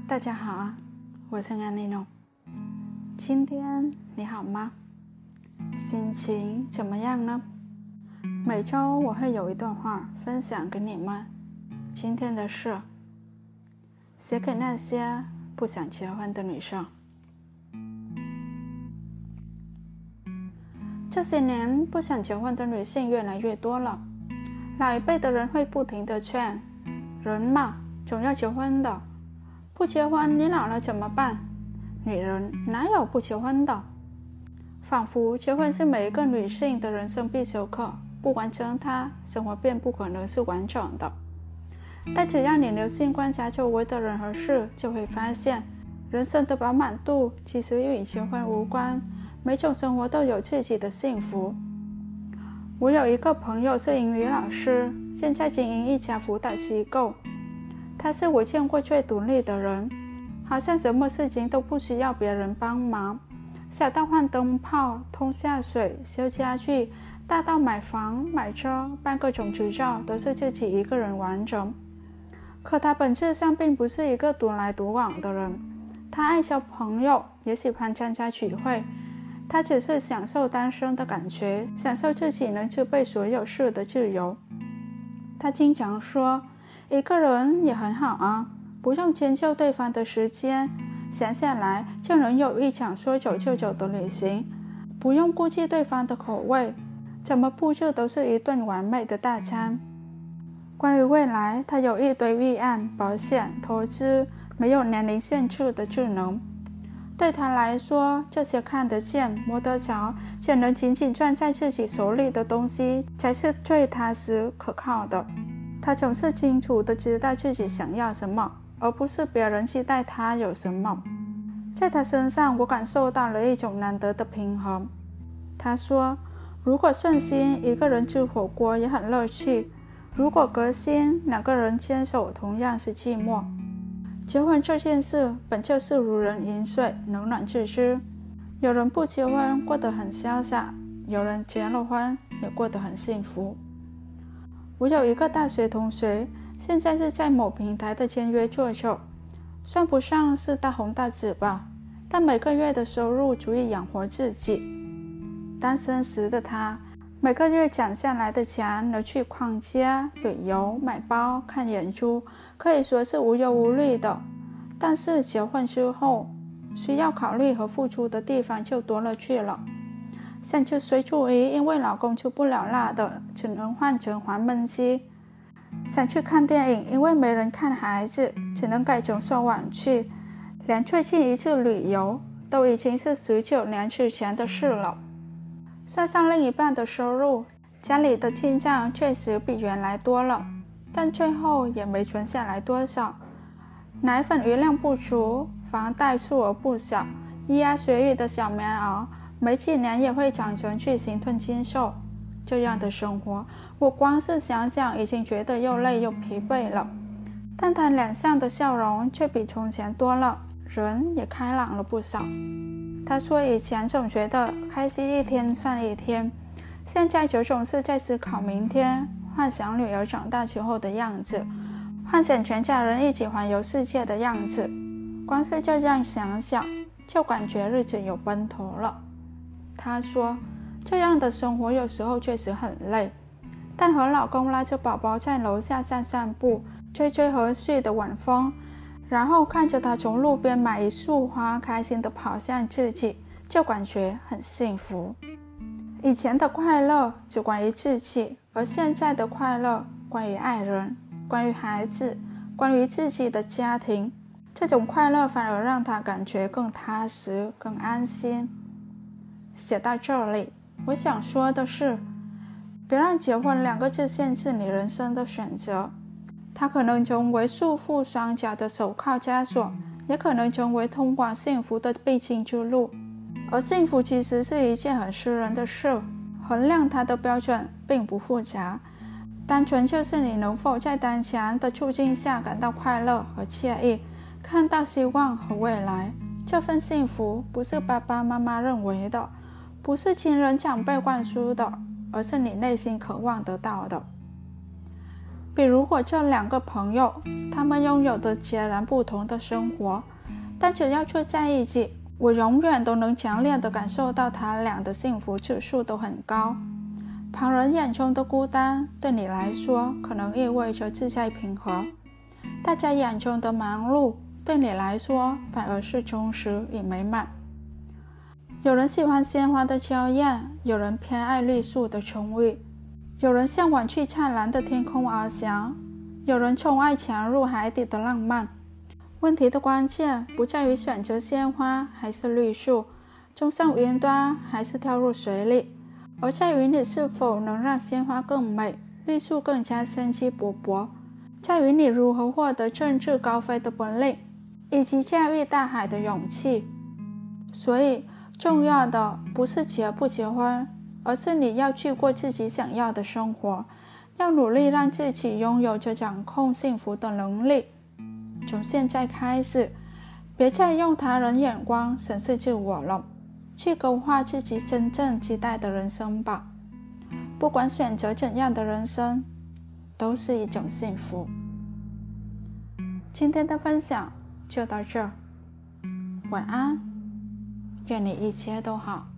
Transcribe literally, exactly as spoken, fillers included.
大家好啊，我是安妮诺。今天你好吗？心情怎么样呢？每周我会有一段话分享给你们。今天的是写给那些不想结婚的女生。这些年不想结婚的女性越来越多了，老一辈的人会不停地劝，人嘛总要结婚的，不结婚你老了怎么办？女人哪有不结婚的？仿佛结婚是每一个女性的人生必修课，不完成它，生活便不可能是完整的。但只要你留心观察周围的人和事，就会发现人生的饱满度其实与结婚无关，每种生活都有自己的幸福。我有一个朋友是英语老师，现在经营一家辅导机构。他是我见过最独立的人，好像什么事情都不需要别人帮忙，小到换灯泡、通下水、修家具，大到买房、买车、办各种执照，都是自己一个人完成。可他本质上并不是一个独来独往的人，他爱交朋友，也喜欢参加聚会，他只是享受单身的感觉，享受自己能支配所有事的自由。他经常说，一个人也很好啊，不用迁就对方的时间，闲下来就能有一场说走就走的旅行，不用顾忌对方的口味，怎么布置都是一顿完美的大餐。关于未来，他有一堆预案、保险、投资，没有年龄限制的智能。对他来说，这些看得见、摸得着，且能紧紧攥在自己手里的东西，才是最踏实可靠的。他总是清楚地知道自己想要什么，而不是别人期待他有什么。在他身上，我感受到了一种难得的平衡。他说，如果顺心，一个人吃火锅也很乐趣；如果革新，两个人牵手同样是寂寞。结婚这件事本就是如人饮水，冷暖自知。有人不结婚过得很潇洒，有人结了婚也过得很幸福。我有一个大学同学，现在是在某平台的签约作者，算不上是大红大紫吧，但每个月的收入足以养活自己。单身时的他，每个月攒下来的钱能去逛街、旅游、买包、看演出，可以说是无忧无虑的。但是结婚之后，需要考虑和付出的地方就多了去了。想吃水煮鱼，因为老公吃不了辣的，只能换成黄焖鸡；想去看电影，因为没人看孩子，只能改成说晚去。连最近一次旅游，都已经是十九年之前的事了。算上另一半的收入，家里的进账确实比原来多了，但最后也没存下来多少。奶粉余量不足，房贷数额不小，咿呀学语的小棉袄没几年也会长成巨型吞金兽。这样的生活，我光是想想已经觉得又累又疲惫了。但他脸上的笑容却比从前多了，人也开朗了不少。他说以前总觉得开心一天算一天，现在就总是在思考明天，幻想女儿长大之后的样子，幻想全家人一起环游世界的样子。光是这样想想，就感觉日子有奔头了。他说，这样的生活有时候确实很累，但和老公拉着宝宝在楼下散散步，吹吹和煦的晚风，然后看着他从路边买一束花，开心地跑向自己，就感觉很幸福。以前的快乐只关于自己，而现在的快乐关于爱人，关于孩子，关于自己的家庭。这种快乐反而让他感觉更踏实，更安心。写到这里，我想说的是，别让结婚两个字限制你人生的选择。它可能成为束缚双脚的手铐枷锁，也可能成为通往幸福的必经之路。而幸福其实是一件很私人的事，衡量它的标准并不复杂，单纯就是你能否在当前的处境下感到快乐和惬意，看到希望和未来。这份幸福不是爸爸妈妈认为的，不是亲人长辈灌输的，而是你内心渴望得到的。 比如果这两个朋友，他们拥有的截然不同的生活，但只要住在一起，我永远都能强烈地感受到他俩的幸福指数都很高。旁人眼中的孤单，对你来说可能意味着自在平和；大家眼中的忙碌，对你来说反而是充实与美满。有人喜欢鲜花的娇艳，有人偏爱绿树的葱郁，有人向往去灿烂的天空翱翔，有人宠爱潜入海底的浪漫。问题的关键不在于选择鲜花还是绿树，冲上云端还是跳入水里，而在于你是否能让鲜花更美，绿树更加生机勃勃，在于你如何获得振翅高飞的本领，以及驾驭大海的勇气。所以重要的不是结不结婚，而是你要去过自己想要的生活，要努力让自己拥有着掌控幸福的能力。从现在开始，别再用他人眼光审视自我了，去勾画自己真正期待的人生吧。不管选择怎样的人生，都是一种幸福。今天的分享就到这儿，晚安，愿你一切都好。